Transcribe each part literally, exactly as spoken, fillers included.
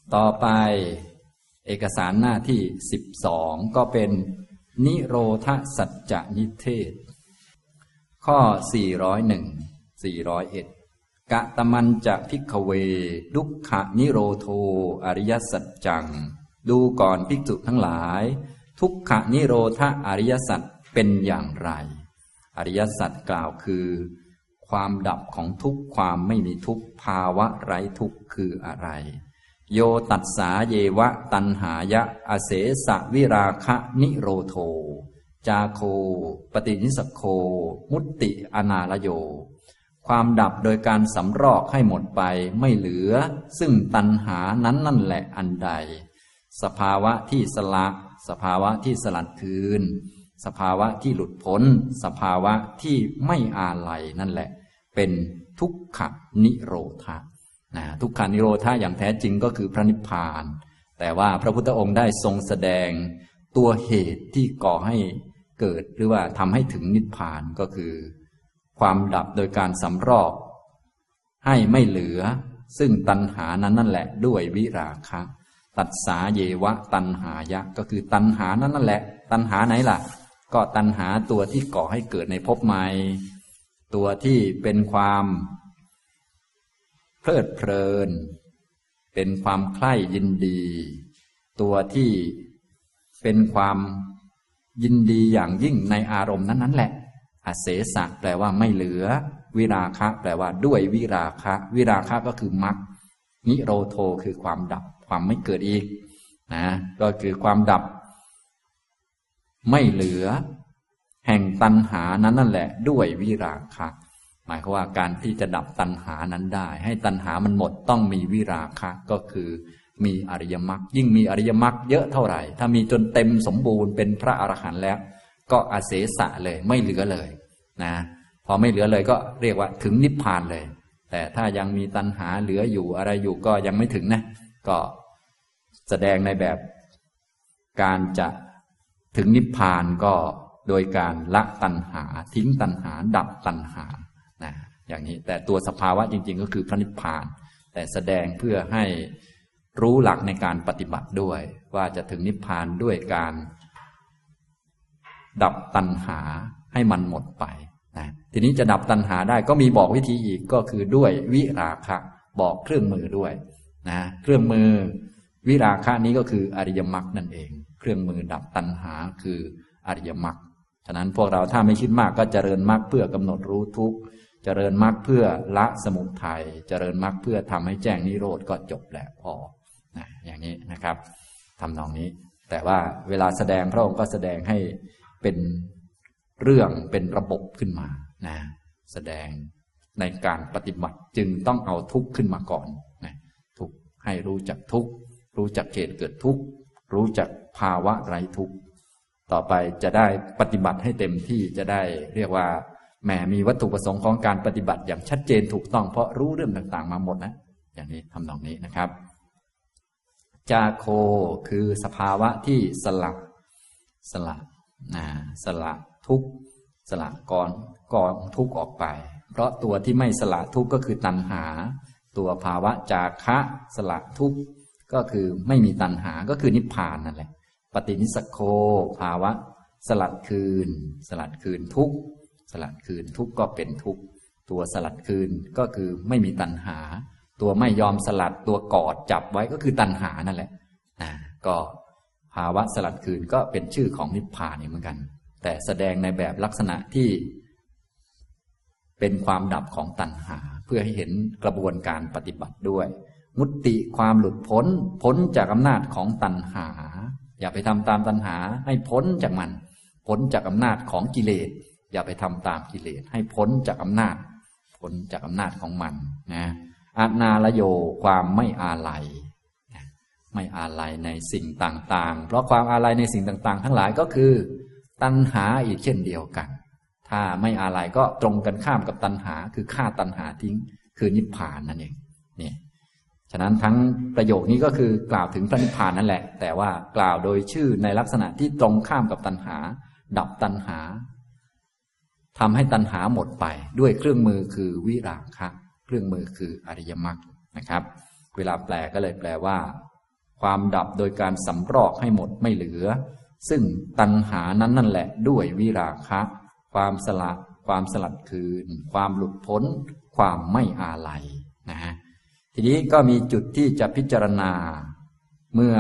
ต่อไปเอกสารหน้าที่สิบสองก็เป็นนิโรธสัจจนิเทศข้อสี่ร้อยเอ็ด สี่ร้อยเอ็ดกะตมันจะภิกขเวดุกขนิโรโธอริยสัจจังดูก่อนภิกษุทั้งหลายทุกขนิโรธอริยสัจเป็นอย่างไรอริยสัจกล่าวคือความดับของทุกข์ความไม่มีทุกข์ภาวะไร้ทุกข์คืออะไรโยตัสสาเยวะตัณหายะอเสสะวิราคะนิโรโธจาโคปฏินิสโคมุตติอนาลโยความดับโดยการสำรอกให้หมดไปไม่เหลือซึ่งตัณหานั้นนั่นแหละอันใดสภาวะที่สละสภาวะที่สลัดคืนสภาวะที่หลุดพ้นสภาวะที่ไม่อาลัยนั่นแหละเป็นทุกขนิโรธะนะทุกขานิโรธาอย่างแท้จริงก็คือพระนิพพานแต่ว่าพระพุทธองค์ได้ทรงแสดงตัวเหตุที่ก่อให้เกิดหรือว่าทำให้ถึงนิพพานก็คือความดับโดยการสำรอกให้ไม่เหลือซึ่งตัณหานั้นนั่นแหละด้วยวิราคะตัสสาเยวะตัณหายะก็คือตัณหานั้นนั่นแหละตัณหาไหนล่ะก็ตัณหาตัวที่ก่อให้เกิดในภพใหม่ตัวที่เป็นความเพลิดเพลินเป็นความใคร่ยินดีตัวที่เป็นความยินดีอย่างยิ่งในอารมณ์นั้นๆแหละอเสสะแปลว่าไม่เหลือวิราคะแปลว่าด้วยวิราคะวิราคะก็คือมรรคนิโรโธคือความดับความไม่เกิดอีกนะก็คือความดับไม่เหลือแห่งตัณหานั้นนั่นแหละด้วยวิราคะหมายความว่าการที่จะดับตัณหานั้นได้ให้ตัณหามันหมดต้องมีวิราคะก็คือมีอริยมรรคยิ่งมีอริยมรรคเยอะเท่าไหร่ถ้ามีจนเต็มสมบูรณ์เป็นพระอรหันต์แล้วก็อเสสะเลยไม่เหลือเลยนะพอไม่เหลือเลยก็เรียกว่าถึงนิพพานเลยแต่ถ้ายังมีตัณหาเหลืออยู่อะไรอยู่ก็ยังไม่ถึงนะก็แสดงในแบบการจะถึงนิพพานก็โดยการละตัณหาทิ้งตัณหาดับตัณหานะอย่างนี้แต่ตัวสภาวะจริงๆก็คือพระนิพพานแต่แสดงเพื่อให้รู้หลักในการปฏิบัติด้วยว่าจะถึงนิพพานด้วยการดับตัณหาให้มันหมดไปนะทีนี้จะดับตัณหาได้ก็มีบอกวิธีอีกก็คือด้วยวิราคะบอกเครื่องมือด้วยนะเครื่องมือวิราคะนี้ก็คืออริยมรรคนั่นเองเครื่องมือดับตัณหาคืออริยมรรคฉะนั้นพวกเราถ้าไม่คิดมากก็เจริญมรรคเพื่อกำหนดรู้ทุกข์เจริญมรรคเพื่อละสมุทัยเจริญมรรคเพื่อทำให้แจ้งนิโรธก็จบแล้วพอนะอย่างนี้นะครับทำนองนี้แต่ว่าเวลาแสดงพระองค์ก็แสดงให้เป็นเรื่องเป็นระบบขึ้นมานะแสดงในการปฏิบัติจึงต้องเอาทุกข์ขึ้นมาก่อนนะทุกข์ให้รู้จักทุกข์รู้จักเหตุเกิดทุกข์รู้จักภาวะไร้ทุกข์ต่อไปจะได้ปฏิบัติให้เต็มที่จะได้เรียกว่าแหมมีวัตถุประสงค์ของการปฏิบัติอย่างชัดเจนถูกต้องเพราะรู้เรื่องต่างๆมาหมดนะอย่างนี้ทำนองนี้นะครับจาโคคือสภาวะที่สละสละนะสละทุกข์สละกองกองทุกข์ออกไปเพราะตัวที่ไม่สละทุกข์ก็คือตัณหาตัวภาวะจาคะสละทุกข์ก็คือไม่มีตัณหาก็คือนิพพานนั่นแหละปฏินิสโคภาวะสลัดคืนสลัดคืนทุกข์สลัดคืนทุกข์ก็เป็นทุกข์ตัวสลัดคืนก็คือไม่มีตัณหาตัวไม่ยอมสลัดตัวกอดจับไว้ก็คือตัณหานั่นแหละนะก็ภาวะสลัดคืนก็เป็นชื่อของนิพพานเหมือนกันแต่แสดงในแบบลักษณะที่เป็นความดับของตัณหาเพื่อให้เห็นกระบวนการปฏิบัติด้วยมุตติความหลุดพ้นพ้นจากอำนาจของตัณหาอย่าไปทำตามตัณหาให้พ้นจากมันพ้นจากอำนาจของกิเลสอย่าไปทำตามกิเลสให้พ้นจากอำนาจพ้นจากอำนาจของมันนะอนาลโยความไม่อาลัยไม่อาลัยในสิ่งต่างๆเพราะความอาลัยในสิ่งต่างๆทั้งหลายก็คือตัณหาอีกเช่นเดียวกันถ้าไม่อาลัยก็ตรงกันข้ามกับตัณหาคือฆ่าตัณหาทิ้งคือนิพพานนั่นเองนี่ฉะนั้นทั้งประโยคนี้ก็คือกล่าวถึงพระนิพพานนั่นแหละแต่ว่ากล่าวโดยชื่อในลักษณะที่ตรงข้ามกับตัณหาดับตัณหาทำให้ตัณหาหมดไปด้วยเครื่องมือคือวิราคะเครื่องมือคืออริยมรรคนะครับเวลาแปลก็เลยแปลว่าความดับโดยการสำรอกให้หมดไม่เหลือซึ่งตัณหานั้นนั่นแหละด้วยวิราคะความสละความสลัดคืนความหลุดพ้นความไม่อาลัยนะฮะทีนี้ก็มีจุดที่จะพิจารณาเมื่อ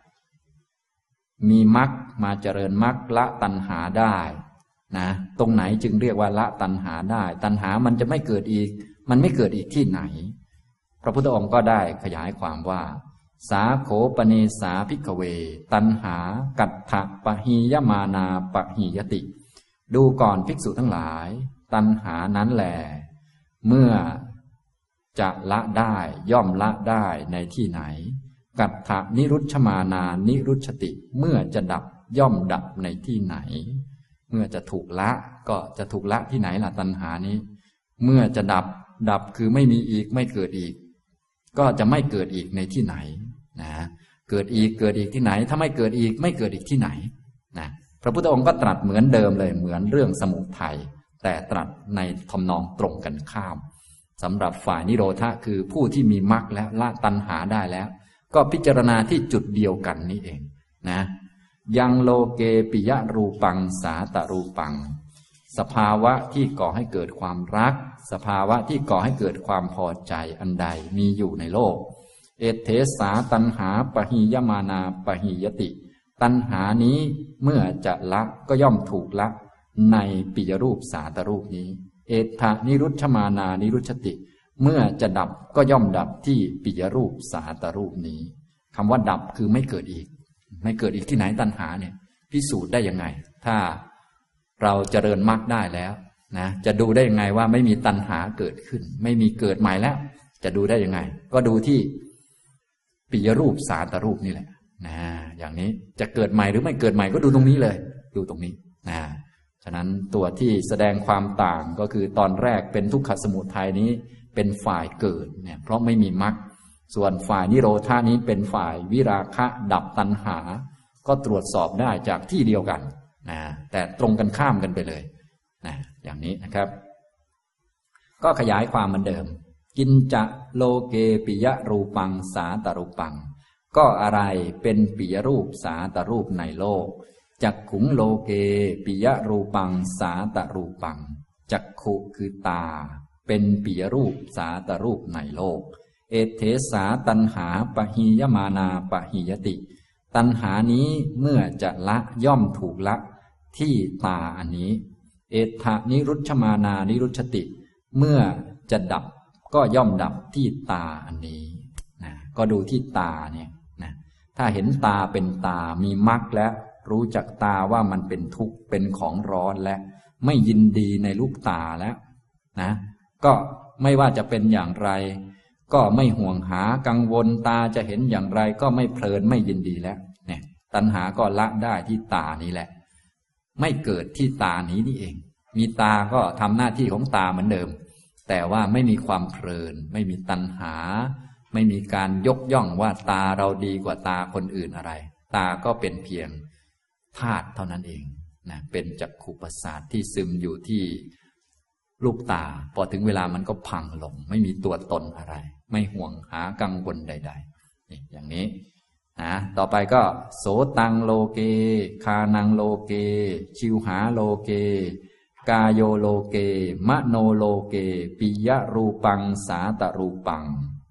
มีมรรคมาเจริญมรรคละตัณหาได้นะตรงไหนจึงเรียกว่าละตัณหาได้ตัณหามันจะไม่เกิดอีกมันไม่เกิดอีกที่ไหนพระพุทธองค์ก็ได้ขยายความว่าสาโขปเนสาภิกขเวตัณหากัตถะปะหียมานาปะหียติดูก่อนภิกษุทั้งหลายตัณหานั้นแลเมื่อจะละได้ย่อมละได้ในที่ไหนกัตถะนิรุชฌมานานิรุชติเมื่อจะดับย่อมดับในที่ไหนเมื่อจะถูกละก็จะถูกละที่ไหนล่ะตัณหานี้เมื่อจะดับดับคือไม่มีอีกไม่เกิดอีกก็จะไม่เกิดอีกในที่ไหนนะเกิดอีกเกิดอีกที่ไหนถ้าไม่เกิดอีกไม่เกิดอีกที่ไหนนะพระพุทธองค์ก็ตรัสเหมือนเดิมเลยเหมือนเรื่องสมุทัยแต่ตรัสในทำนองตรงกันข้ามสำหรับฝ่ายนิโรธะคือผู้ที่มีมรรคแล้วละตัณหาได้แล้วก็พิจารณาที่จุดเดียวกันนี้เองนะยังโลเกปิยรูปังสาตรูปังสภาวะที่ก่อให้เกิดความรักสภาวะที่ก่อให้เกิดความพอใจอันใดมีอยู่ในโลกเอเทสาตัณหาปะหียมานาปะหียติตัณหานี้เมื่อจะละก็ย่อมถูกละในปิยรูปสาตรูปนี้เอทะนิรุชฌมานานิรุชติเมื่อจะดับก็ย่อมดับที่ปิยรูปสาตรูปนี้คำว่าดับคือไม่เกิดอีกไม่เกิดอีกที่ไหนตัณหาเนี่ยพิสูจน์ได้ยังไงถ้าเราเจริญมรรคได้แล้วนะจะดูได้ยังไงว่าไม่มีตัณหาเกิดขึ้นไม่มีเกิดใหม่แล้วจะดูได้ยังไงก็ดูที่ปิยรูปสาตรูปนี่แหละนะอย่างนี้จะเกิดใหม่หรือไม่เกิดใหม่ก็ดูตรงนี้เลยดูตรงนี้นะฉะนั้นตัวที่แสดงความต่างก็คือตอนแรกเป็นทุกขสมุทัยนี้เป็นฝ่ายเกิดเนี่ยเพราะไม่มีมรรคส่วนฝ่ายนิโรธานี้เป็นฝ่ายวิราคะดับตัณหาก็ตรวจสอบได้จากที่เดียวกันนะแต่ตรงกันข้ามกันไปเลยนะอย่างนี้นะครับก็ขยายความเหมือนเดิมกินจะโลเกปิยรูปังสาตรูปังก็อะไรเป็นปิยรูปสาตรูปในโลกจักขุงโลเกปิยรูปังสาตรูปังจักขุคือตาเป็นปิยรูปสาตรูปในโลกเอเทสาตัณหาปะหียมานาปะหียติตัณหานี้เมื่อจะละย่อมถูกละที่ตาอันนี้เอทะนิรุชฌมานานิรุชติเมื่อจะดับก็ย่อมดับที่ตาอันนี้นะก็ดูที่ตาเนี่ยนะถ้าเห็นตาเป็นตามีมรรคแล้วรู้จักตาว่ามันเป็นทุกข์เป็นของร้อนและไม่ยินดีในลูกตาแล้วนะก็ไม่ว่าจะเป็นอย่างไรก็ไม่ห่วงหากังวลตาจะเห็นอย่างไรก็ไม่เพลินไม่ยินดีแล้วเนี่ยตัณหาก็ละได้ที่ตานี้แหละไม่เกิดที่ตานี้นี่เองมีตาก็ทำหน้าที่ของตาเหมือนเดิมแต่ว่าไม่มีความเพลินไม่มีตัณหาไม่มีการยกย่องว่าตาเราดีกว่าตาคนอื่นอะไรตาก็เป็นเพียงธาตุเท่านั้นเองนะเป็นจักขุประสาทที่ซึมอยู่ที่ลูกตาพอถึงเวลามันก็พังลงไม่มีตัวตนอะไรไม่ห่วงหากังวลใดๆนี่อย่างนี้นะต่อไปก็โสตังโลเกคานังโลเกชิวหาโลเกกายโยโลเกมโนโลเกปิยรูปังสาตรูปัง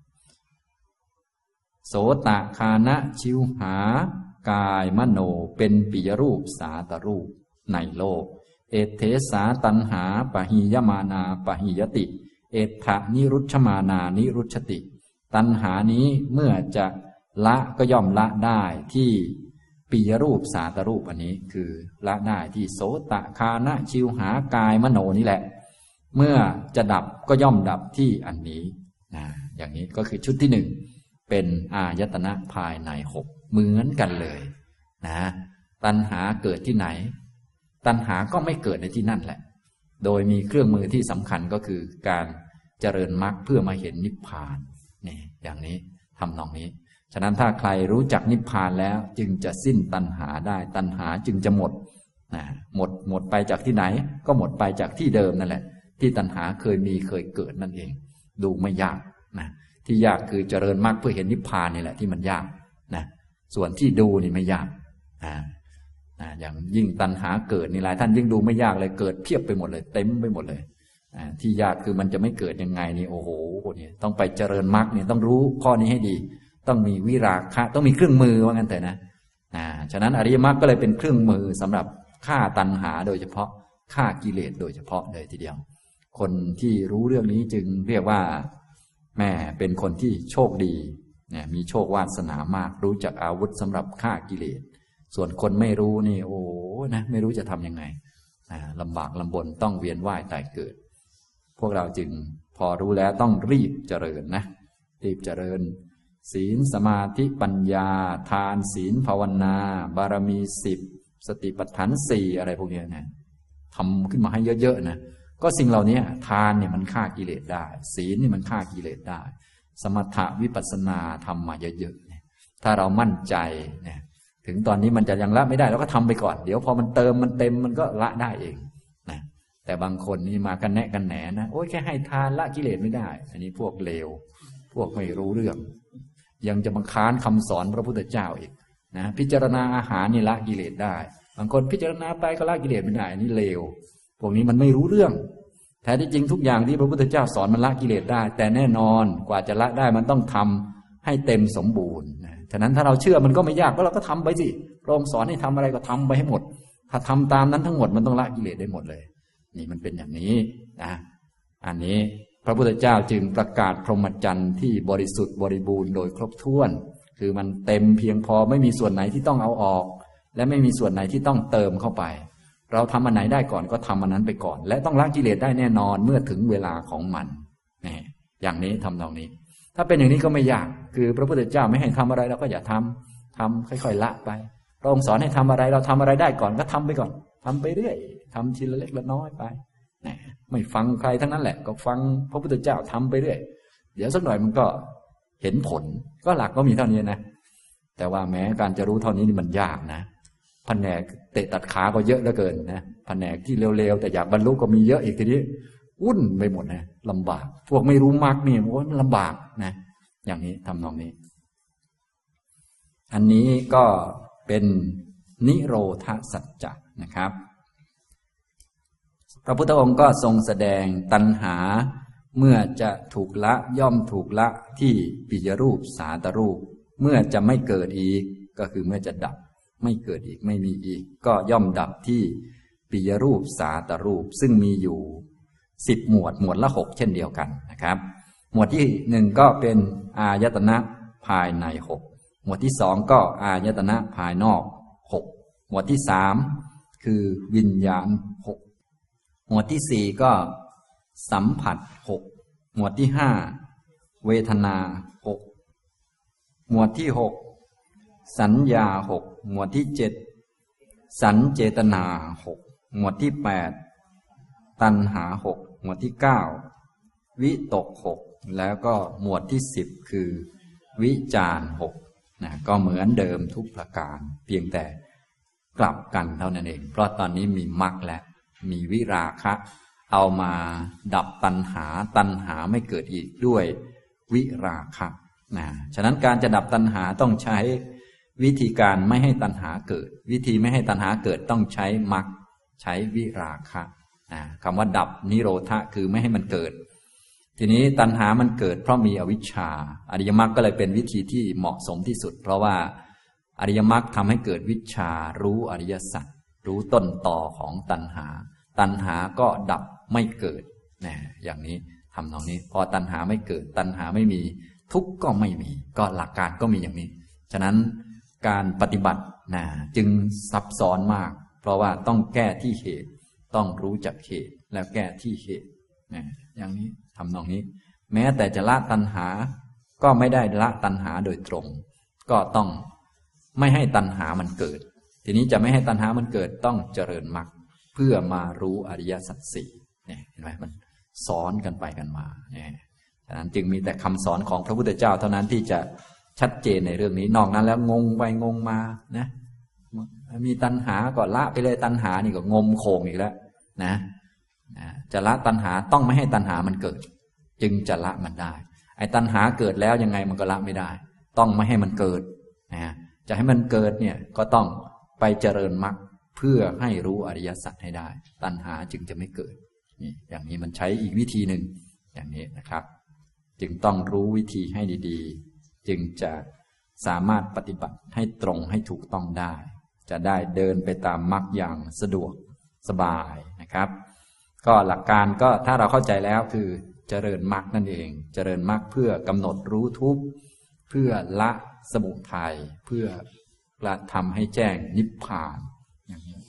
โสตคานะชิวหากายมโนเป็นปิยรูปสาตรูปในโลกเอเทสาตัณหาปะหียมานาปะหียติเอทะนิรุชฌมานานิรุชติตัณหานี้เมื่อจะละก็ย่อมละได้ที่ปิยรูปสาตรูปอันนี้คือละได้ที่โสตคานะชิวหากายมโนนี่แหละเมื่อจะดับก็ย่อมดับที่อันนี้นะอย่างนี้ก็คือชุดที่หนึ่งเป็นอายตนะภายในหกเหมือนกันเลยนะตัณหาเกิดที่ไหนตัณหาก็ไม่เกิดในที่นั่นแหละโดยมีเครื่องมือที่สำคัญก็คือการเจริญมรรคเพื่อมาเห็นนิพพานนี่อย่างนี้ทำนองนี้ฉะนั้นถ้าใครรู้จักนิพพานแล้วจึงจะสิ้นตัณหาได้ตัณหาจึงจะหมดนะหมดหมดไปจากที่ไหนก็หมดไปจากที่เดิมนั่นแหละที่ตัณหาเคยมีเคยเกิดนั่นเองดูไม่ยากนะที่ยากคือเจริญมรรคเพื่อเห็นนิพพานนี่แหละที่มันยากนะส่วนที่ดูนี่ไม่ยากอ่าอ่าอย่างยิ่งตัณหาเกิดนี่หลายท่านยิ่งดูไม่ยากเลยเกิดเพียบไปหมดเลยเต็มไปหมดเลยอ่าที่ยากคือมันจะไม่เกิดยังไงนี่โอ้โหนี่ต้องไปเจริญมรรคนี่ต้องรู้ข้อนี้ให้ดีต้องมีวิราคะต้องมีเครื่องมือว่างั้นเถอะนะอ่าฉะนั้นอริยมรรคก็เลยเป็นเครื่องมือสำหรับฆ่าตัณหาโดยเฉพาะฆ่ากิเลสโดยเฉพาะเลยทีเดียวคนที่รู้เรื่องนี้จึงเรียกว่าแม่เป็นคนที่โชคดีเนี่ยมีโชควาสนามากรู้จักอาวุธสำหรับฆ่ากิเลสส่วนคนไม่รู้นี่โอ้นะไม่รู้จะทำยังไงลำบากลำบนต้องเวียนว่ายตายเกิดพวกเราจึงพอรู้แล้วต้องรีบเจริญนะรีบเจริญศีลสมาธิปัญญาทานศีลภาวนาบารมีสิบสติปัฏฐานสี่อะไรพวกนี้นะทำขึ้นมาให้เยอะๆนะก็สิ่งเหล่านี้ทานเนี่ยมันฆ่ากิเลสได้ศีลนี่มันฆ่ากิเลสได้สมถะวิปัสสนาทำมาเยอะๆเนี่ยถ้าเรามั่นใจเนี่ยถึงตอนนี้มันจะยังละไม่ได้เราก็ทำไปก่อนเดี๋ยวพอมันเติมมันเต็มมันก็ละได้เองนะแต่บางคนนี่มากันแนะกันแหนนะโอ้ยแค่ให้ทานละกิเลสไม่ได้อันนี้พวกเลวพวกไม่รู้เรื่องยังจะมาค้านคำสอนพระพุทธเจ้าอีกนะพิจารณาอาหารนี่ละกิเลสได้บางคนพิจารณาไปก็ละกิเลสไม่ได้อันนี้เลวพวกนี้มันไม่รู้เรื่องแท้ที่จริงทุกอย่างที่พระพุทธเจ้าสอนมันละกิเลสได้แต่แน่นอนกว่าจะละได้มันต้องทำให้เต็มสมบูรณ์นะฉะนั้นถ้าเราเชื่อมันก็ไม่ยากก็เราก็ทำไปสิพระองค์สอนให้ทำอะไรก็ทำไปให้หมดถ้าทำตามนั้นทั้งหมดมันต้องละกิเลสได้หมดเลยนี่มันเป็นอย่างนี้นะอันนี้พระพุทธเจ้าจึงประกาศพรหมจรรย์ที่บริสุทธิ์บริบูรณ์โดยครบถ้วนคือมันเต็มเพียงพอไม่มีส่วนไหนที่ต้องเอาออกและไม่มีส่วนไหนที่ต้องเติมเข้าไปเราทำอันไหนได้ก่อนก็ทำอันนั้นไปก่อนและต้องละกิเลสได้แน่นอนเมื่อถึงเวลาของมันนี่อย่างนี้ทำตรงนี้ถ้าเป็นอย่างนี้ก็ไม่ยากคือพระพุทธเจ้าไม่ให้ทำอะไรเราก็อย่าทำทำค่อยๆละไปพระองค์สอนให้ทำอะไรเราทำอะไรได้ก่อนก็ทำไปก่อนทำไปเรื่อยทำทีละเล็กละน้อยไปไม่ฟังใครทั้งนั้นแหละก็ฟังพระพุทธเจ้าทำไปเรื่อยเดี๋ยวสักหน่อยมันก็เห็นผลก็หลักก็มีเท่านี้นะแต่ว่าแม้การจะรู้เท่านี้นี่มันยากนะแผนกเตะตัดขาก็เยอะเหลือเกินนะแผนกที่เร็วๆแต่อยากบรรลุก็มีเยอะอีกทีนี้วุ่นไปหมดนะลำบากพวกไม่รู้มรรคนี่โอ้ยลำบากนะอย่างนี้ทำนองนี้อันนี้ก็เป็นนิโรธสัจจะนะครับพระพุทธองค์ก็ทรงแสดงตัณหาเมื่อจะถูกละย่อมถูกละที่ปิยรูปสาตรูปเมื่อจะไม่เกิดอีกก็คือเมื่อจะดับไม่เกิดอีกไม่มีอีกก็ย่อมดับที่ปิยรูปสาตรูปซึ่งมีอยู่สิบหมวดหมวดละหกเช่นเดียวกันนะครับหมวดที่หนึ่งก็เป็นอายตนะภายในหกหมวดที่สองก็อายตนะภายนอกหกหมวดที่สามคือวิญญาณหกหมวดที่สี่ก็สัมผัสหกหมวดที่ห้าเวทนาหกหมวดที่หกสัญญาหกหมวดที่เจ็ดสัญเจตนาหกหมวดที่แปดตัณหาหกหมวดที่เก้าวิตกหกแล้วก็หมวดที่สิบคือวิจารหกนะก็เหมือนเดิมทุกประการเพียงแต่กลับกันเท่านั้นเองเพราะตอนนี้มีมรรคและมีวิราคะเอามาดับตัณหาตัณหาไม่เกิดอีกด้วยวิราคะนะฉะนั้นการจะดับตัณหาต้องใช้วิธีการไม่ให้ตัณหาเกิดวิธีไม่ให้ตัณหาเกิดต้องใช้มรรคใช้วิราคะนะคำว่าดับนิโรธะคือไม่ให้มันเกิดทีนี้ตัณหามันเกิดเพราะมีอวิชชาอริยมรรคก็เลยเป็นวิธีที่เหมาะสมที่สุดเพราะว่าอริยมรรคทำให้เกิดวิชชารู้อริยสัจรู้ต้นตอของตัณหาตัณหาก็ดับไม่เกิดนะอย่างนี้ทำตรงนี้พอตัณหาไม่เกิดตัณหาไม่มีทุกข์ก็ไม่มีก็หลักการก็มีอย่างนี้ฉะนั้นการปฏิบัตินะจึงซับซ้อนมากเพราะว่าต้องแก้ที่เหตุต้องรู้จักเหตุแล้วแก้ที่เหตุนะอย่างนี้ทำตรงนี้แม้แต่จะละตัณหาก็ไม่ได้ละตัณหาโดยตรงก็ต้องไม่ให้ตัณหามันเกิดทีนี้จะไม่ให้ตัณหามันเกิดต้องเจริญมรรคเพื่อมารู้อริยสัจสี่เนี่ยเห็นไหมมันสอนกันไปกันมาเนี่ยฉะนั้นจึงมีแต่คำสอนของพระพุทธเจ้าเท่านั้นที่จะชัดเจนในเรื่องนี้นอกนั้นแล้วงงไปงงมานะมีตัณหาก็ละไปเลยตัณหานี่ก็งมโคงอีกแล้วนะจะละตัณหาต้องไม่ให้ตัณหามันเกิดจึงจะละมันได้ไอ้ตัณหาเกิดแล้วยังไงมันก็ละไม่ได้ต้องไม่ให้มันเกิดนะฉจะให้มันเกิดเนี่ยก็ต้องไปเจริญมรรคเพื่อให้รู้อริยสัจให้ได้ตัณหาจึงจะไม่เกิดนี่อย่างนี้มันใช้อีกวิธีหนึ่งอย่างนี้นะครับจึงต้องรู้วิธีให้ดีๆจึงจะสามารถปฏิบัติให้ตรงให้ถูกต้องได้จะได้เดินไปตามมรรคอย่างสะดวกสบายนะครับก็หลักการก็ถ้าเราเข้าใจแล้วคือเจริญมรรคนั่นเองเจริญมรรคเพื่อกำหนดรู้ทุกข์เพื่อละสมุทัยเพื่อละทำให้แจ้งนิพพานอย่างนี้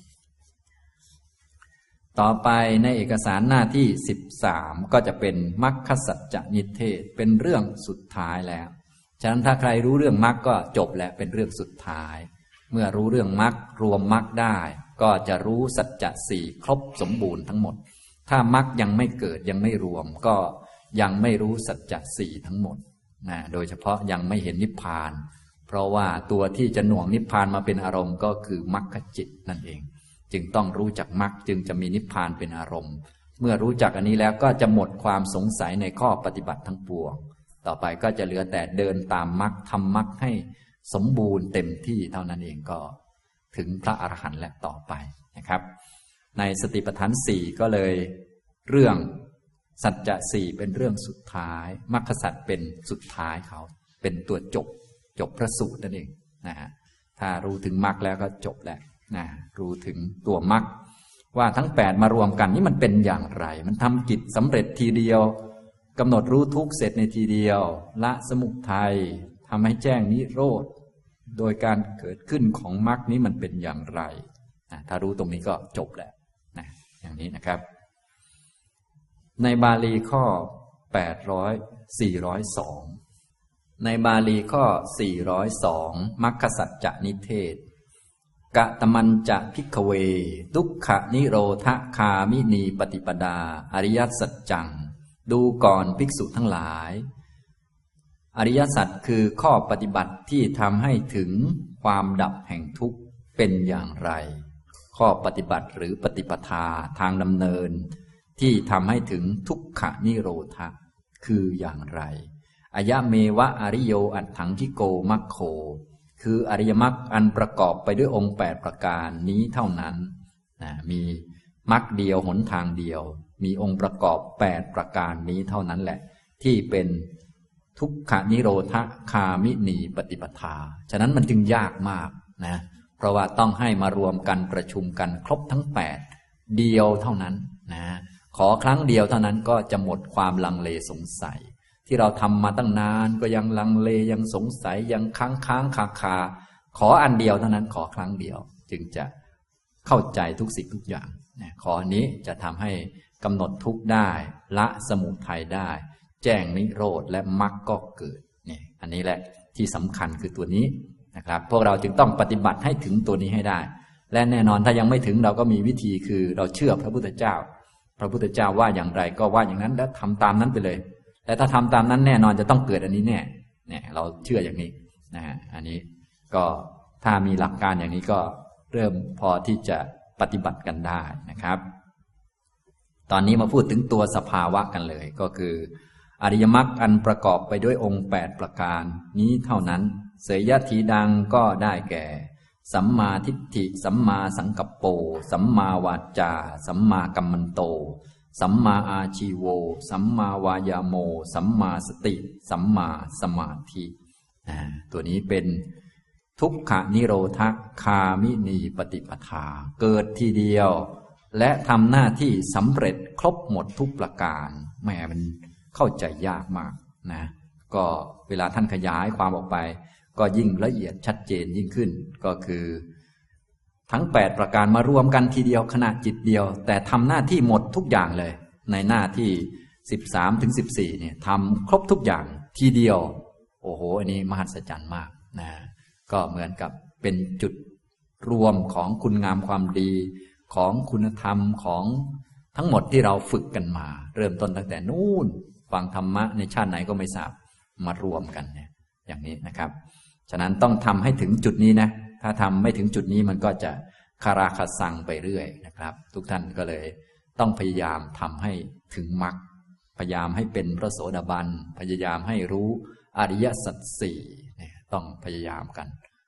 ต่อไปในเอกสารหน้าที่สิบสามก็จะเป็นมรรคสัจจนิเทศเป็นเรื่องสุดท้ายแล้วฉะนั้นถ้าใครรู้เรื่องมรรคก็จบแล้วเป็นเรื่องสุดท้ายเมื่อรู้เรื่องมรรครวมมรรคได้ก็จะรู้สัจจะสี่ครบสมบูรณ์ทั้งหมดถ้ามรรคยังไม่เกิดยังไม่รวมก็ยังไม่รู้สัจจะสี่ทั้งหมดนะโดยเฉพาะยังไม่เห็นนิพพานเพราะว่าตัวที่จะหน่วงนิพพานมาเป็นอารมณ์ก็คือมรรคจิตนั่นเองจึงต้องรู้จักมรรคจึงจะมีนิพพานเป็นอารมณ์เมื่อรู้จักอันนี้แล้วก็จะหมดความสงสัยในข้อปฏิบัติทั้งปวงต่อไปก็จะเหลือแต่เดินตามมรรคทำมรรคให้สมบูรณ์เต็มที่เท่านั้นเองก็ถึงพระอรหันต์และต่อไปนะครับในสติปัฏฐานสี่ก็เลยเรื่องสัจจะสี่เป็นเรื่องสุดท้ายมรรคสัจเป็นสุดท้ายเขาเป็นตัวจบจบพระสูตรนั่นเองนะฮะถ้ารู้ถึงมรรคแล้วก็จบแล้วนะรู้ถึงตัวมรรคว่าทั้งแปดมารวมกันนี่มันเป็นอย่างไรมันทำกิจสำเร็จทีเดียวกำหนดรู้ทุกข์เสร็จในทีเดียวละสมุทัยทำให้แจ้งนิโรธโดยการเกิดขึ้นของมรรคนี้มันเป็นอย่างไรนะถ้ารู้ตรงนี้ก็จบแล้วนะอย่างนี้นะครับในบาลีข้อแปดร้อย สี่ร้อยสองในบาลีข้อสี่ร้อยสองมรรคสัจจนิเทศกะตมันจะภิกขเวทุกขนิโรธคามินีปฏิปดาอริยสัจจังดูก่อนภิกษุทั้งหลายอริยสัจคือข้อปฏิบัติที่ทำให้ถึงความดับแห่งทุกข์เป็นอย่างไรข้อปฏิบัติหรือปฏิปทาทางดำเนินที่ทำให้ถึงทุกขนิโรธคืออย่างไรอายะเมวะอริโยอัตถังคิโกมัคโคคืออริยมรรคอันประกอบไปด้วยองค์แปดประการนี้เท่านั้นนะมีมรรคเดียวหนทางเดียวมีองค์ประกอบแปดประการนี้เท่านั้นแหละที่เป็นทุกขนิโรธคามินีปฏิปทาฉะนั้นมันจึงยากมากนะเพราะว่าต้องให้มารวมกันประชุมกันครบทั้งแปดเดียวเท่านั้นนะขอครั้งเดียวเท่านั้นก็จะหมดความลังเลสงสัยที่เราทำมาตั้งนานก็ยังลังเลยังสงสัยยังค้างค้างคาคาขออันเดียวเท่านั้นขอครั้งเดียวจึงจะเข้าใจทุกสิ่งทุกอย่างนะขอนี้จะทำให้กำหนดทุกข์ได้ละสมุทัยได้แจ้งนิโรธและมรรคก็เกิดนี่อันนี้แหละที่สำคัญคือตัวนี้นะครับพวกเราจึงต้องปฏิบัติให้ถึงตัวนี้ให้ได้และแน่นอนถ้ายังไม่ถึงเราก็มีวิธีคือเราเชื่อพระพุทธเจ้าพระพุทธเจ้าว่าอย่างไรก็ว่าอย่างนั้นแล้วทำตามนั้นไปเลยแต่ถ้าทำตามนั้นแน่นอนจะต้องเกิดอันนี้แน่เนี่ยเราเชื่ออย่างนี้นะฮะอันนี้ก็ถ้ามีหลักการอย่างนี้ก็เริ่มพอที่จะปฏิบัติกันได้นะครับตอนนี้มาพูดถึงตัวสภาวะกันเลยก็คืออริยมรรคอันประกอบไปด้วยองค์แปดประการนี้เท่านั้นเสยยะถีดังก็ได้แก่สัมมาทิฏฐิสัมมาสังกัปโปสัมมาวาจาสัมมากัมมันโตสัมมาอาชีโวสัมมาวายาโมสัมมาสติสัมมาสมาธิตัวนี้เป็นทุกขนิโรธคามินีปฏิปทาเกิดทีเดียวและทำหน้าที่สำเร็จครบหมดทุกประการแหมมันเข้าใจยากมากนะก็เวลาท่านขยายความออกไปก็ยิ่งละเอียดชัดเจนยิ่งขึ้นก็คือทั้งแปดประการมารวมกันทีเดียวขณะจิตเดียวแต่ทำหน้าที่หมดทุกอย่างเลยในหน้าที่สิบสามถึงสิบสี่เนี่ยทำครบทุกอย่างทีเดียวโอ้โหอันนี้มหัศจรรย์มากนะก็เหมือนกับเป็นจุดรวมของคุณงามความดีของคุณธรรมของทั้งหมดที่เราฝึกกันมาเริ่มต้นตั้งแต่นู่นฟังธรรมะในชาติไหนก็ไม่ทราบมารวมกันเนี่ยอย่างนี้นะครับฉะนั้นต้องทำให้ถึงจุดนี้นะถ้าทำไม่ถึงจุดนี้มันก็จะคาราคาซังไปเรื่อยนะครับทุกท่านก็เลยต้องพยายามทำให้ถึงมรรคพยายามให้เป็นพระโสดาบันพยายามให้รู้อริยสัจสี่เนี่ยต้องพยายามกัน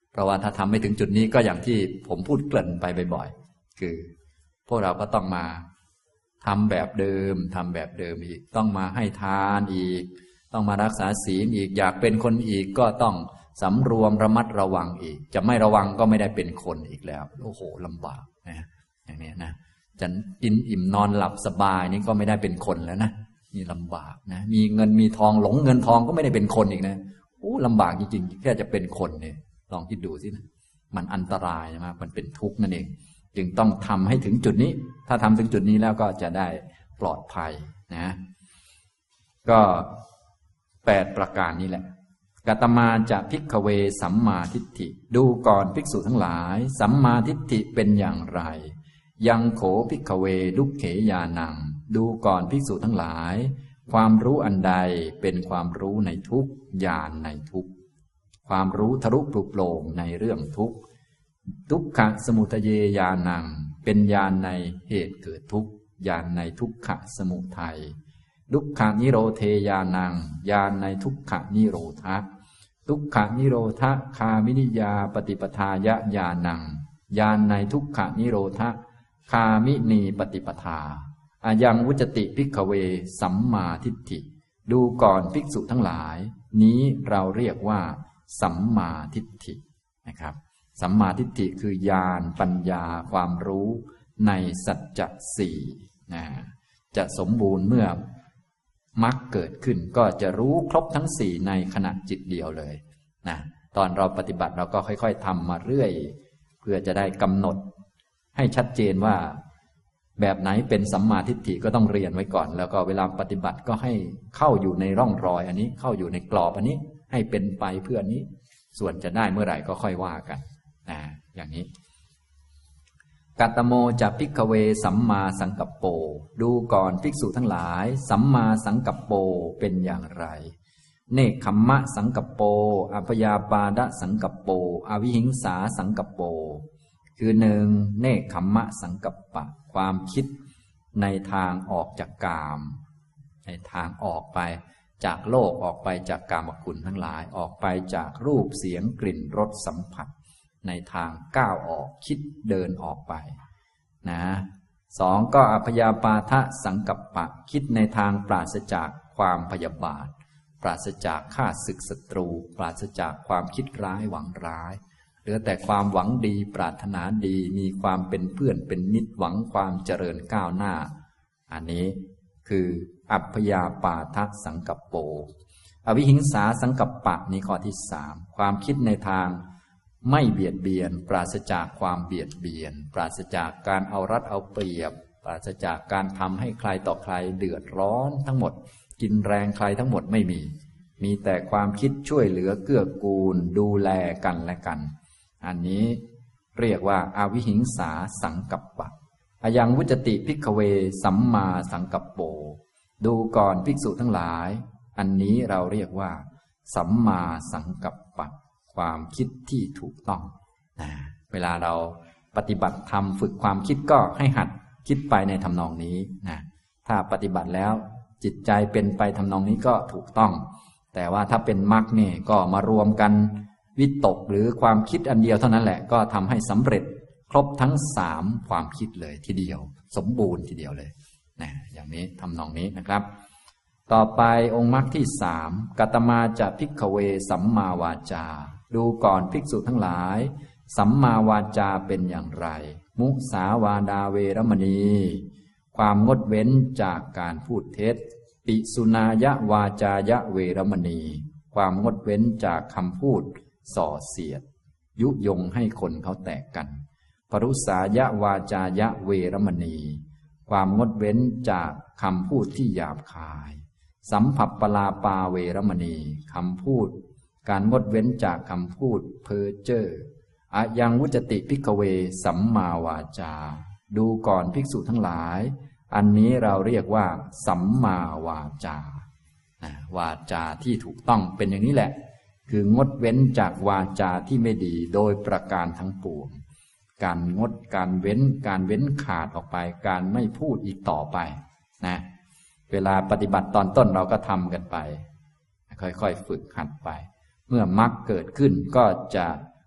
เพราะว่าถ้าทำไม่ถึงจุดนี้ก็อย่างที่ผมพูดเกริ่นไปบ่อยๆคือพวกเราก็ต้องมาทำแบบเดิมทำแบบเดิมอีกต้องมาให้ทานอีกต้องมารักษาศีลอีกอยากเป็นคนอีกก็ต้องสำรวมระมัดระวังอีกจะไม่ระวังก็ไม่ได้เป็นคนอีกแล้วโอ้โหลำบากนะอย่างนี้นะจะกินอิ่มนอนหลับสบายนี่ก็ไม่ได้เป็นคนแล้วนะนี่ลำบากนะมีเงินมีทองหลงเงินทองก็ไม่ได้เป็นคนอีกนะโอ้ลำบากจริงๆแค่จะเป็นคนเนี่ยลองคิดดูสินะมันอันตรายนะมันเป็นทุกข์นั่นเองจึงต้องทำให้ถึงจุดนี้ถ้าทำถึงจุดนี้แล้วก็จะได้ปลอดภัยนะก็แปดประการนี้แหละกัตมาจะภิกขเวสัมมาทิฏฐิดูก่อนภิกษุทั้งหลายสัมมาทิฏฐิเป็นอย่างไรยังโขภิกขเวดุกเขญาณังดูก่อนภิกษุทั้งหลายความรู้อันใดเป็นความรู้ในทุกญาณในทุกความรู้ทะลุปลุกโปร่งในเรื่องทุกทุกขสมุทเยญาณังเป็นญาณในเหตุเกิดทุกข์ญาณในทุกขสมุทัยทุกขานิโรเทญาณังญาณในทุกขนิโรธะทุกขานิโรธะคามินิยาปฏิปทายะญาณังญาณในทุกขานิโรธะคามินีปฏิปทาอายังวุจติภิกขเวสัมมาทิฏฐิดูก่อนภิกษุทั้งหลายนี้เราเรียกว่าสัมมาทิฏฐินะครับสัมมาทิฏฐิคือญาณปัญญาความรู้ในสัจจะสี่นะจะสมบูรณ์เมื่อมรรคเกิดขึ้นก็จะรู้ครบทั้งสี่ในขณะจิตเดียวเลยนะตอนเราปฏิบัติเราก็ค่อยๆทำมาเรื่อยเพื่อจะได้กำหนดให้ชัดเจนว่าแบบไหนเป็นสัมมาทิฏฐิก็ต้องเรียนไว้ก่อนแล้วก็เวลาปฏิบัติก็ให้เข้าอยู่ในร่องรอยอันนี้เข้าอยู่ในกรอบอันนี้ให้เป็นไปเพื่อนี้ส่วนจะได้เมื่อไหร่ก็ค่อยว่ากันนะอย่างนี้กัตโมจะภิกขเวสัมมาสังกัปโปดูก่อนภิกษุทั้งหลายสัมมาสังกัปโปเป็นอย่างไรเนคขัมมะสังกัปโปอัพยาปาดะสังกัปโปอวิหิงสาสังกัปโปคือหนึ่งเนคขัมมะสังกัปปะความคิดในทางออกจากกามในทางออกไปจากโลกออกไปจากกามคุณทั้งหลายออกไปจากรูปเสียงกลิ่นรสสัมผัสในทางก้าวออกคิดเดินออกไปนะสองก็อพยาปาทะสังกัปปะคิดในทางปราศจากความพยาบาทปราศจากฆ่าศึกศัตรูปราศจากความคิดร้ายหวังร้ายเหลือแต่ความหวังดีปรารถนาดีมีความเป็นเพื่อนเป็นมิตรหวังความเจริญก้าวหน้าอันนี้คืออัพยาปาทะสังกัปโปอวิหิงสาสังกัปปะนี้ข้อที่สามความคิดในทางไม่เบียดเบียนปราศจากความเบียดเบียนปราศจากการเอารัดเอาเปรียบปราศจากการทำให้ใครต่อใครเดือดร้อนทั้งหมดกินแรงใครทั้งหมดไม่มีมีแต่ความคิดช่วยเหลือเกื้อกูลดูแลกันและกันอันนี้เรียกว่าอาวิหิงสาสังกัปปะอายังวุจติภิกขเวสัมมาสังกัปโปดูก่อนภิกษุทั้งหลายอันนี้เราเรียกว่าสัมมาสังกัปปะความคิดที่ถูกต้องนะเวลาเราปฏิบัติธรรมฝึกความคิดก็ให้หัดคิดไปในทำนองนี้นะถ้าปฏิบัติแล้วจิตใจเป็นไปทำนองนี้ก็ถูกต้องแต่ว่าถ้าเป็นมรรคนี่ก็มารวมกันวิตกหรือความคิดอันเดียวเท่านั้นแหละก็ทำให้สำเร็จครบทั้งสามความคิดเลยทีเดียวสมบูรณ์ทีเดียวเลยนะอย่างนี้ทำนองนี้นะครับต่อไปองค์มรรคที่สามกัตมาจะภิกขเวสัมมาวาจาดูก่อนภิกษุทั้งหลายสัมมาวาจาเป็นอย่างไรมุสาวาดาเวรมณีความงดเว้นจากการพูดเท็จปิสุนายะวาจายะเวรมณีความงดเว้นจากคำพูดส่อเสียดยุยงให้คนเขาแตกกันปรุษายะวาจายะเวรมณีความงดเว้นจากคำพูดที่หยาบคายสัมผัสปลาปาเวรมณีคำพูดการงดเว้นจากคำพูดเพ้อเจ้ออะยังวุจติภิกขเวสัมมาวาจาดูก่อนภิกษุทั้งหลายอันนี้เราเรียกว่าสัมมาวาจาวาจาที่ถูกต้องเป็นอย่างนี้แหละคืองดเว้นจากวาจาที่ไม่ดีโดยประการทั้งปวงการงดการเว้นการเว้นขาดออกไปการไม่พูดอีกต่อไปนะเวลาปฏิบัติตอนต้นเราก็ทำกันไปค่อยๆฝึกหัดไปเมื่อมรรคเกิดขึ้นก็จะท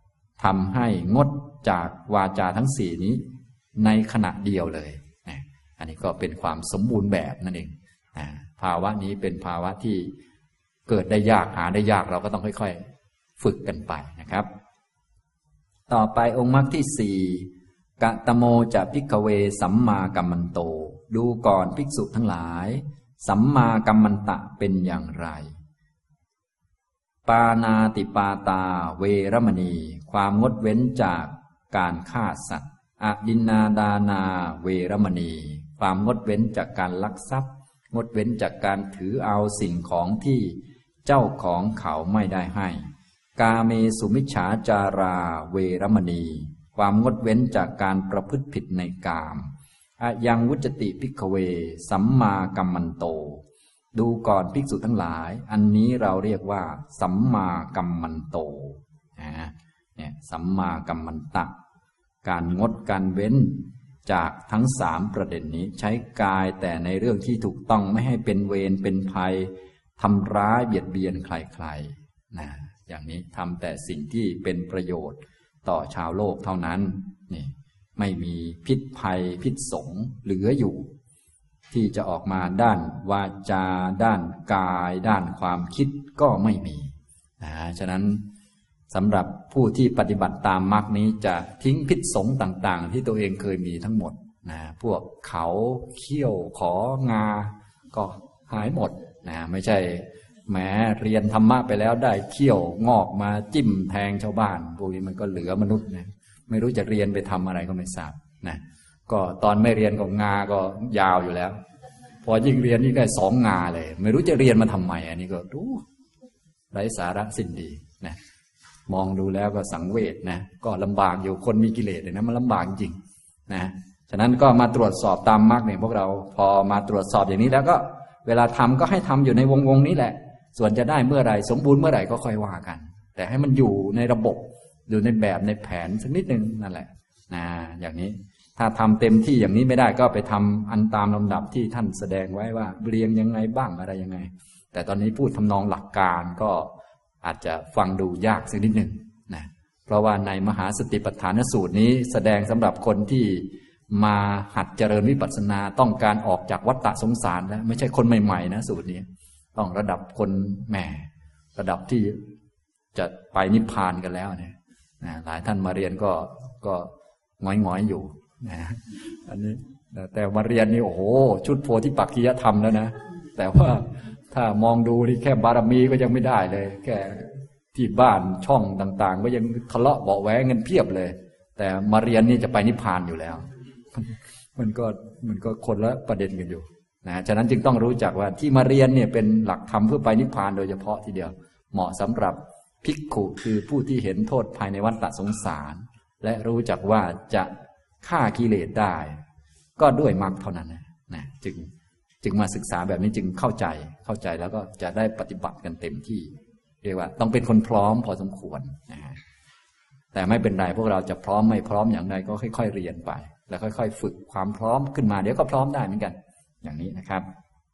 ทำให้งดจากวาจาทั้งสี่นี้ในขณะเดียวเลยนะอันนี้ก็เป็นความสมบูรณ์แบบนั่นเองนะภาวะนี้เป็นภาวะที่เกิดได้ยากหาได้ยากเราก็ต้องค่อยๆฝึกกันไปนะครับต่อไปองค์มรรคที่สี่กะตโมจะภิกขเวสัมมากัมมันโตดูก่อนภิกษุทั้งหลายสัมมากัมมันตะเป็นอย่างไรปานาติปาตาเวรมณีความงดเว้นจากการฆ่าสัตว์อดินนาดานาเวรมณีความงดเว้นจากการลักทรัพย์งดเว้นจากการถือเอาสิ่งของที่เจ้าของเขาไม่ได้ให้กาเมสุมิจฉาจาราเวรมณีความงดเว้นจากการประพฤติผิดในกามอะยังวุจติภิกขเวสัมมากัมมันโตดูก่อนภิกษุทั้งหลายอันนี้เราเรียกว่าสัมมากัมมันโตนะเนี่ยสัมมากัมมันตะการงดการเว้นจากทั้งสามประเด็นนี้ใช้กายแต่ในเรื่องที่ถูกต้องไม่ให้เป็นเวรเป็นภัยทำร้ายเบียดเบียนใครๆนะอย่างนี้ทำแต่สิ่งที่เป็นประโยชน์ต่อชาวโลกเท่านั้นนี่ไม่มีพิษภัยพิษสงเหลืออยู่ที่จะออกมาด้านวาจาด้านกายด้านความคิดก็ไม่มีนะฉะนั้นสำหรับผู้ที่ปฏิบัติตามมรรคนี้จะทิ้งพิษสงต่างๆที่ตัวเองเคยมีทั้งหมดนะพวกเขาเขี้ยวของาก็หายหมดนะไม่ใช่แม้เรียนธรรมะไปแล้วได้เขี้ยวงอกมาจิ้มแทงชาวบ้านพวกนี้มันก็เหลือมนุษย์นะไม่รู้จะเรียนไปทำอะไรก็ไม่ทราบนะก็ตอนไม่เรียนก็งาก็ยาวอยู่แล้วพอยิ่งเรียนยิ่งได้สองงาเลยไม่รู้จะเรียนมาทำไมอันนี้ก็รู้ไร้สาระสิ้นดีนะมองดูแล้วก็สังเวชนะก็ลำบากอยู่คนมีกิเลสเนี่ยนะมันลำบากจริงนะฉะนั้นก็มาตรวจสอบตามมรรคเนี่ยพวกเราพอมาตรวจสอบอย่างนี้แล้วก็เวลาทำก็ให้ทำอยู่ในวงวงนี้แหละส่วนจะได้เมื่อไหร่สมบูรณ์เมื่อไหร่ก็ค่อยว่ากันแต่ให้มันอยู่ในระบบอยู่ในแบบในแผนสักนิดนึงนั่นแหละนะอย่างนี้ถ้าทำเต็มที่อย่างนี้ไม่ได้ก็ไปทำอันตามลำดับที่ท่านแสดงไว้ว่าเรียงยังไงบ้างอะไรยังไงแต่ตอนนี้พูดทำนองหลักการก็อาจจะฟังดูยากสักนิดหนึ่งนะเพราะว่าในมหาสติปัฏฐานสูตรนี้แสดงสำหรับคนที่มาหัดเจริญวิปัสสนาต้องการออกจากวัฏฏะสงสารแล้วไม่ใช่คนใหม่ๆนะสูตรนี้ต้องระดับคนแหมระดับที่จะไปนิพพานกันแล้วเนี่ยนะหลายท่านมาเรียนก็ก็ง้อยๆอยู่นะอันนี้แต่มาเรียนนี่โอ้โหชุดโพธิปักขิยธรรมแล้วนะแต่ว่าถ้ามองดูนี่แค่บารมีก็ยังไม่ได้เลยแค่ที่บ้านช่องต่างๆก็ยังทะเลาะเบาะแว้งกันเพียบเลยแต่มาเรียนนี่จะไปนิพพานอยู่แล้วมันก็มันก็คนละประเด็นกันอยู่นะฉะนั้นจึงต้องรู้จักว่าที่มาเรียนเนี่ยเป็นหลักธรรมเพื่อไปนิพพานโดยเฉพาะทีเดียวเหมาะสำหรับภิกขุคือผู้ที่เห็นโทษภายในวัฏฏะสงสารและรู้จักว่าจะฆ่ากิเลสได้ก็ด้วยมรรคเท่านั้นนะจึงจึงมาศึกษาแบบนี้จึงเข้าใจเข้าใจแล้วก็จะได้ปฏิบัติกันเต็มที่เรียกว่าต้องเป็นคนพร้อมพอสมควรนะแต่ไม่เป็นไรพวกเราจะพร้อมไม่พร้อมอย่างไรก็ค่อยๆเรียนไปแล้วค่อยๆฝึกความพร้อมขึ้นมาเดี๋ยวก็พร้อมได้เหมือนกันอย่างนี้นะครับ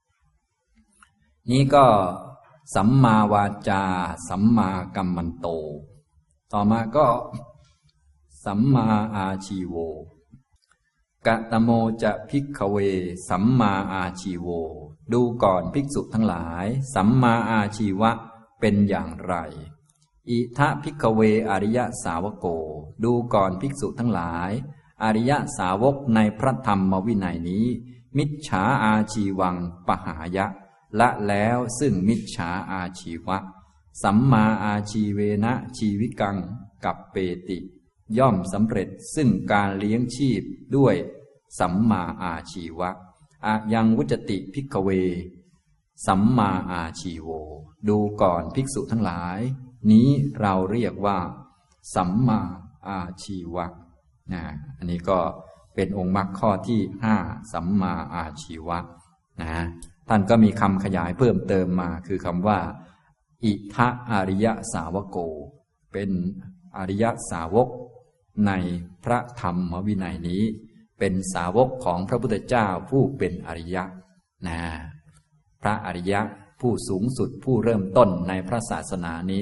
นี้ก็สัมมาวาจาสัมมากัมมันโตต่อมาก็สัมมาอาชีโวกะตโมจะภิกขเวสัมมาอาชีโวดูก่อนภิกษุทั้งหลายสัมมาอาชีวะเป็นอย่างไรอิทะภิกขเวอริยสาวโกดูก่อนภิกษุทั้งหลายอริยสาวกในพระธรรมวินัยนี้มิจฉาอาชีวังปหายะละแล้วซึ่งมิจฉาอาชีวะสัมมาอาชีเวนะชีวิกังกับเปติย่อมสำเร็จซึ่งการเลี้ยงชีพด้วยสัมมาอาชีวะอะยังวุจติภิกขเวสัมมาอาชีโวดูก่อนภิกษุทั้งหลายนี้เราเรียกว่าสัมมาอาชีวะนะอันนี้ก็เป็นองค์มรรคข้อที่ห้าสัมมาอาชีวะนะท่านก็มีคำขยายเพิ่มเติมมาคือคำว่าอิทะอริยสาวโกเป็นอริยสาวกในพระธรรมวินัยนี้เป็นสาวกของพระพุทธเจ้าผู้เป็นอริยะนะพระอริยะผู้สูงสุดผู้เริ่มต้นในพระศาสนานี้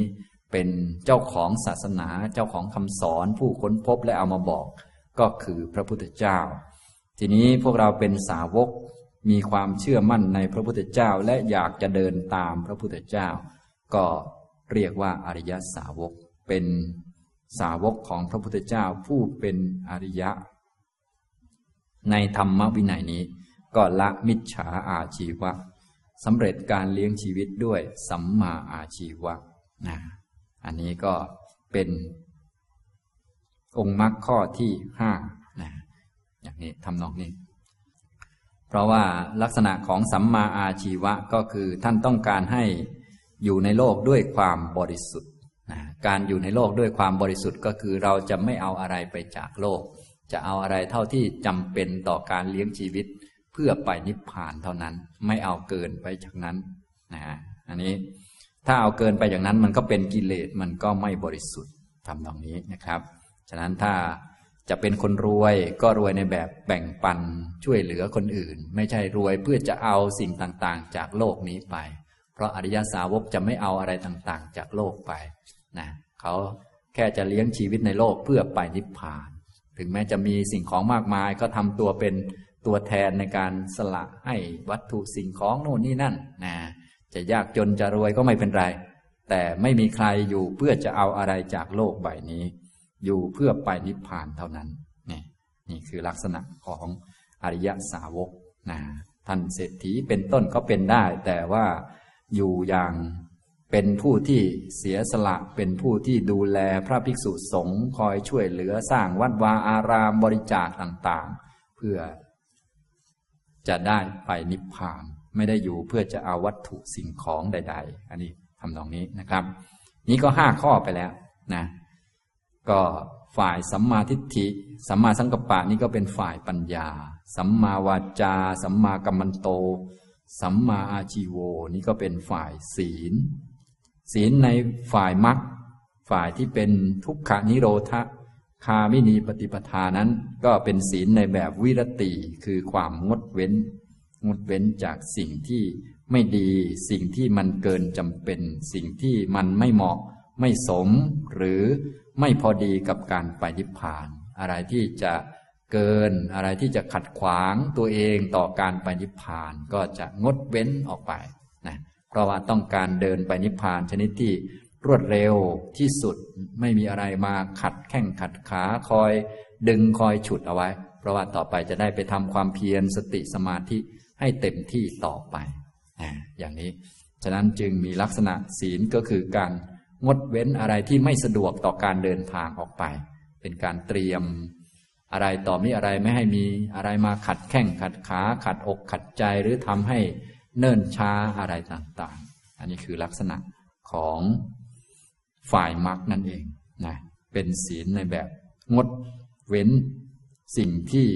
เป็นเจ้าของศาสนาเจ้าของคำสอนผู้ค้นพบและเอามาบอกก็คือพระพุทธเจ้าทีนี้พวกเราเป็นสาวกมีความเชื่อมั่นในพระพุทธเจ้าและอยากจะเดินตามพระพุทธเจ้าก็เรียกว่าอริยสาวกเป็นสาวกของพระพุทธเจ้าผู้เป็นอริยะในธรรมวินัยนี้ก็ละมิจฉาอาชีวะสำเร็จการเลี้ยงชีวิตด้วยสัมมาอาชีวะนะอันนี้ก็เป็นองค์มรรคข้อที่ห้านะอย่างนี้ทำนองนี้เพราะว่าลักษณะของสัมมาอาชีวะก็คือท่านต้องการให้อยู่ในโลกด้วยความบริสุทธิ์นะการอยู่ในโลกด้วยความบริสุทธิ์ก็คือเราจะไม่เอาอะไรไปจากโลกจะเอาอะไรเท่าที่จำเป็นต่อการเลี้ยงชีวิตเพื่อไปนิพพานเท่านั้นไม่เอาเกินไปจากนั้นนะอันนี้ถ้าเอาเกินไปอย่างนั้นมันก็เป็นกิเลสมันก็ไม่บริสุทธิ์ทำตรงนี้นะครับฉะนั้นถ้าจะเป็นคนรวยก็รวยในแบบแบ่งปันช่วยเหลือคนอื่นไม่ใช่รวยเพื่อจะเอาสิ่งต่างๆจากโลกนี้ไปเพราะอริยสาวกจะไม่เอาอะไรต่างๆจากโลกไปนะเขาแค่จะเลี้ยงชีวิตในโลกเพื่อไปนิพพานถึงแม้จะมีสิ่งของมากมายก็ทำตัวเป็นตัวแทนในการสละให้วัตถุสิ่งของโน่นนี่นั่นนะจะยากจนจะรวยก็ไม่เป็นไรแต่ไม่มีใครอยู่เพื่อจะเอาอะไรจากโลกใบนี้อยู่เพื่อไปนิพพานเท่านั้นนี่นี่คือลักษณะของอริยสาวกนะท่านเศรษฐีเป็นต้นก็เป็นได้แต่ว่าอยู่อย่างเป็นผู้ที่เสียสละเป็นผู้ที่ดูแลพระภิกษุสงฆ์คอยช่วยเหลือสร้างวัดวาอารามบริจาคต่างๆเพื่อจะได้ไปนิพพานไม่ได้อยู่เพื่อจะเอาวัตถุสิ่งของใดๆอันนี้ทำตรงนี้นะครับนี้ก็ห้าข้อไปแล้วนะก็ฝ่ายสัมมาทิฏฐิสัมมาสังกัปปะนี่ก็เป็นฝ่ายปัญญาสัมมาวาจาสัมมากัมมันโตสัมมาอาชีโวนี่ก็เป็นฝ่ายศีลศีลในฝ่ายมรรคฝ่ายที่เป็นทุกขานิโรธคามินีปฏิปทานั้นก็เป็นศีลในแบบวิรติคือความงดเว้นงดเว้นจากสิ่งที่ไม่ดีสิ่งที่มันเกินจำเป็นสิ่งที่มันไม่เหมาะไม่สมหรือไม่พอดีกับการไปนิพพานอะไรที่จะเกินอะไรที่จะขัดขวางตัวเองต่อการไปนิพพานก็จะงดเว้นออกไปนะเพราะว่าต้องการเดินไปนิพพานชนิดที่รวดเร็วที่สุดไม่มีอะไรมาขัดแข้งขัดขาคอยดึงคอยฉุดเอาไว้เพราะว่าต่อไปจะได้ไปทำความเพียรสติสมาธิให้เต็มที่ต่อไปนะอย่างนี้ฉะนั้นจึงมีลักษณะศีลก็คือการงดเว้นอะไรที่ไม่สะดวกต่อการเดินทางออกไปเป็นการเตรียมอะไรต่อมีอะไรไม่ให้มีอะไรมาขัดแข้งขัดขาขัดอกขัดใจหรือทำให้เนิ่นช้าอะไรต่างๆอันนี้คือลักษณะของฝ่ายมรรคนั่นเองนะเป็นศีลในแบบงดเว้นสิ่งที่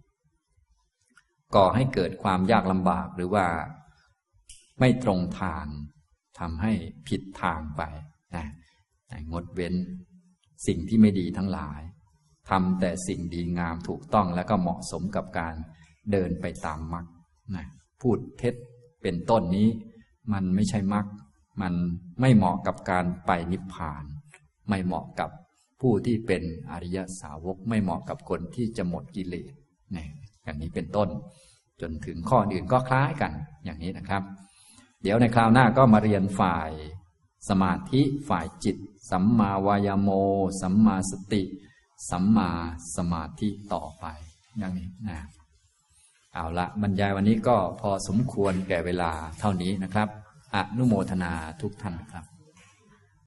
ก่อให้เกิดความยากลำบากหรือว่าไม่ตรงทางทำให้ผิดทางไปนะงดเว้นสิ่งที่ไม่ดีทั้งหลายทำแต่สิ่งดีงามถูกต้องแล้วก็เหมาะสมกับการเดินไปตามมรรคนะพูดเท็จเป็นต้นนี้มันไม่ใช่มรรคมันไม่เหมาะกับการไปนิพพานไม่เหมาะกับผู้ที่เป็นอริยสาวกไม่เหมาะกับคนที่จะหมดกิเลสนะอย่างนี้เป็นต้นจนถึงข้ออื่นก็คล้ายกันอย่างนี้นะครับเดี๋ยวในคราวหน้าก็มาเรียนฝ่ายสมาธิฝ่ายจิตสัมมาวายโมสัมมาสติสัมมาสมาธิต่อไปอย่างนี้นะเอาละบรรยายวันนี้ก็พอสมควรแก่เวลาเท่านี้นะครับอนุโมทนาทุกท่านครับ